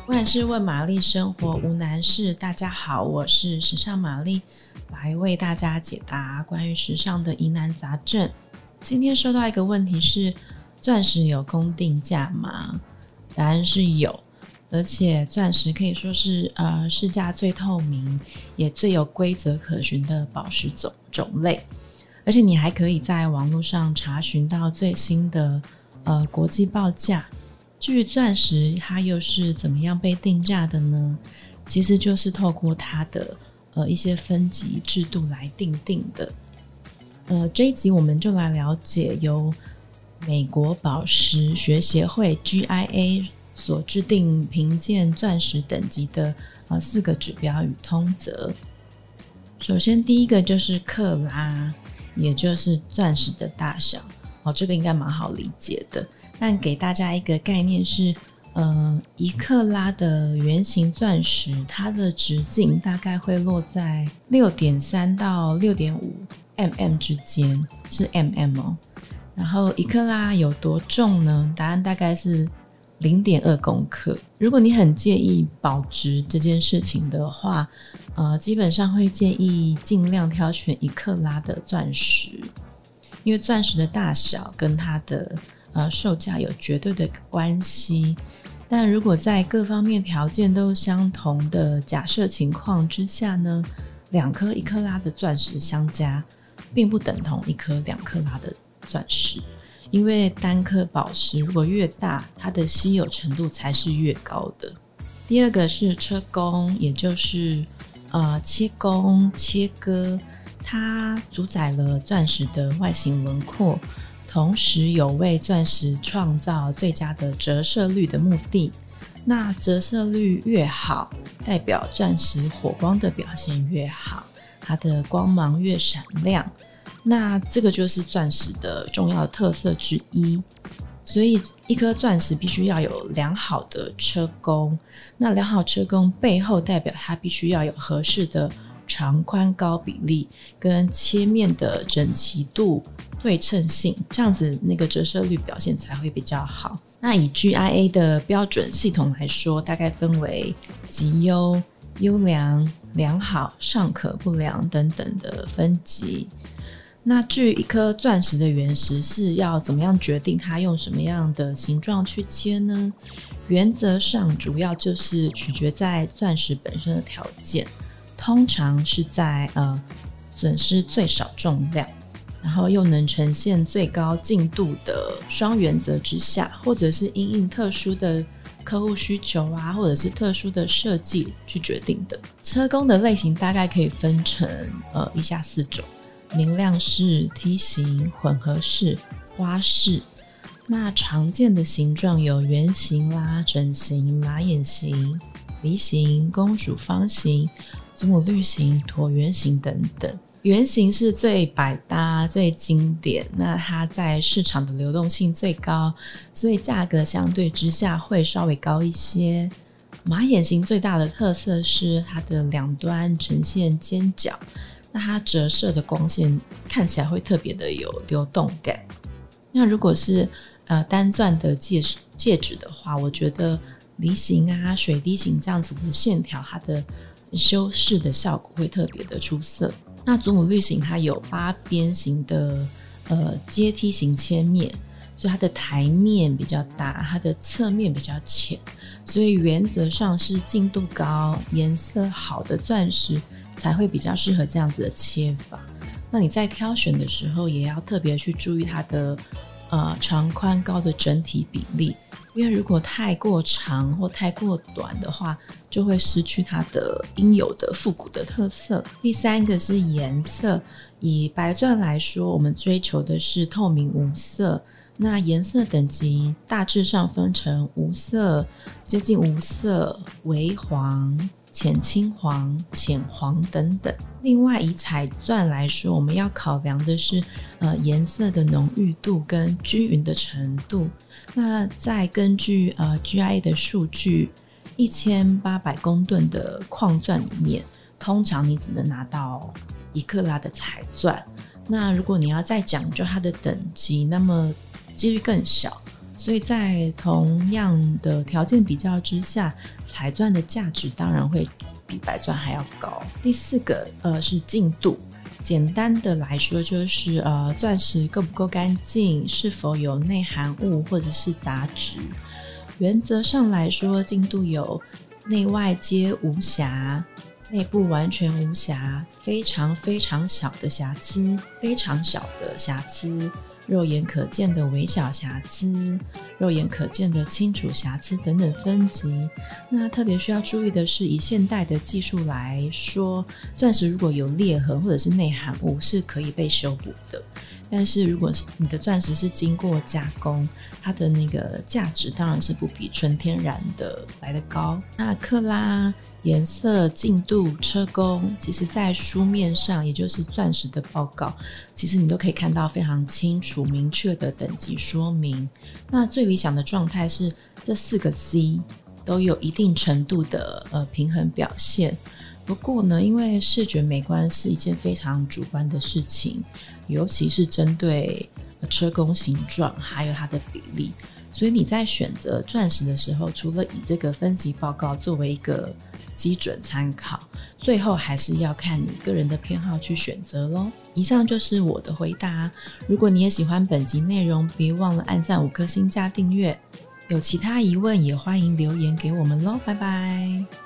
万事问玛丽，生活无难事。大家好，我是时尚玛丽，来为大家解答关于时尚的疑难杂症。今天收到一个问题是：钻石有公定价吗？答案是有，而且钻石可以说是市价最透明也最有规则可循的宝石种类，而且你还可以在网络上查询到最新的国际报价。至于钻石它又是怎么样被定价的呢？其实就是透过它的一些分级制度来定的。这一集我们就来了解由美国宝石学协会 GIA 所制定评鉴钻石等级的4个指标与通则。首先第一个就是克拉，也就是钻石的大小。这个应该蛮好理解的，但给大家一个概念是1克拉的圆形钻石，它的直径大概会落在 6.3 到 6.5 mm 之间，是 mm 哦。然后1克拉有多重呢？答案大概是 0.2 公克。如果你很介意保值这件事情的话，基本上会建议尽量挑选1克拉的钻石，因为钻石的大小跟它的售价有绝对的关系。但如果在各方面条件都相同的假设情况之下呢，2颗1克拉的钻石相加并不等同1颗2克拉的钻石，因为单颗宝石如果越大，它的稀有程度才是越高的。第二个是车工，也就是切工切割，它主宰了钻石的外形轮廓，同时有为钻石创造最佳的折射率的目的。那折射率越好，代表钻石火光的表现越好，它的光芒越闪亮。那这个就是钻石的重要的特色之一。所以一颗钻石必须要有良好的车工，那良好车工背后代表它必须要有合适的长宽高比例跟切面的整齐度对称性，这样子那个折射率表现才会比较好。那以 GIA 的标准系统来说，大概分为极优、优良、良好、尚可不良等等的分级。那至于一颗钻石的原石是要怎么样决定它用什么样的形状去切呢？原则上主要就是取决在钻石本身的条件，通常是在损失最少重量，然后又能呈现最高净度的双原则之下，或者是因应特殊的客户需求啊，或者是特殊的设计去决定的。车工的类型大概可以分成以下4种：明亮式、梯形、混合式、花式。那常见的形状有圆形啦、整形、马眼形、梨形、公主方形、祖母绿形、椭圆形等等。圆形是最百搭、最经典，那它在市场的流动性最高，所以价格相对之下会稍微高一些。马眼形最大的特色是它的两端呈现尖角，那它折射的光线看起来会特别的有流动感。那如果是单钻的戒指的话，我觉得梨形啊、水滴形这样子的线条，它的修饰的效果会特别的出色。那祖母绿型它有8边形的阶梯型切面，所以它的台面比较大，它的侧面比较浅，所以原则上是净度高、颜色好的钻石才会比较适合这样子的切法。那你在挑选的时候也要特别去注意它的长宽高的整体比例，因为如果太过长或太过短的话，就会失去它的应有的复古的特色。第3个是颜色，以白钻来说，我们追求的是透明无色，那颜色等级大致上分成无色、接近无色、微黄、浅青黄、浅黄等等。另外以彩钻来说，我们要考量的是颜色的浓郁度跟均匀的程度。那再根据GIA 的数据，1800公吨的矿钻里面，通常你只能拿到1克拉的彩钻。那如果你要再讲究它的等级，那么几率更小， 所以在同样的条件比较之下，彩钻的价值当然会比白钻还要高。第4个是净度，简单的来说就是钻石够不够干净，是否有内含物或者是杂质。原则上来说，净度有内外皆无瑕，内部完全无瑕，非常非常小的瑕疵，非常小的瑕疵，肉眼可见的微小瑕疵，肉眼可见的清楚瑕疵等等分级。那特别需要注意的是，以现代的技术来说，钻石如果有裂痕或者是内含物是可以被修补的，但是如果你的钻石是经过加工，它的那个价值当然是不比纯天然的来得高。那克拉、颜色、净度、车工，其实在书面上，也就是钻石的报告，其实你都可以看到非常清楚明确的等级说明。那最理想的状态是这4个 C 都有一定程度的平衡表现。不过呢，因为视觉美观是一件非常主观的事情，尤其是针对车工形状还有它的比例，所以你在选择钻石的时候，除了以这个分级报告作为一个基准参考，最后还是要看你个人的偏好去选择咯。以上就是我的回答，如果你也喜欢本集内容，别忘了按赞5颗星加订阅，有其他疑问也欢迎留言给我们咯，拜拜。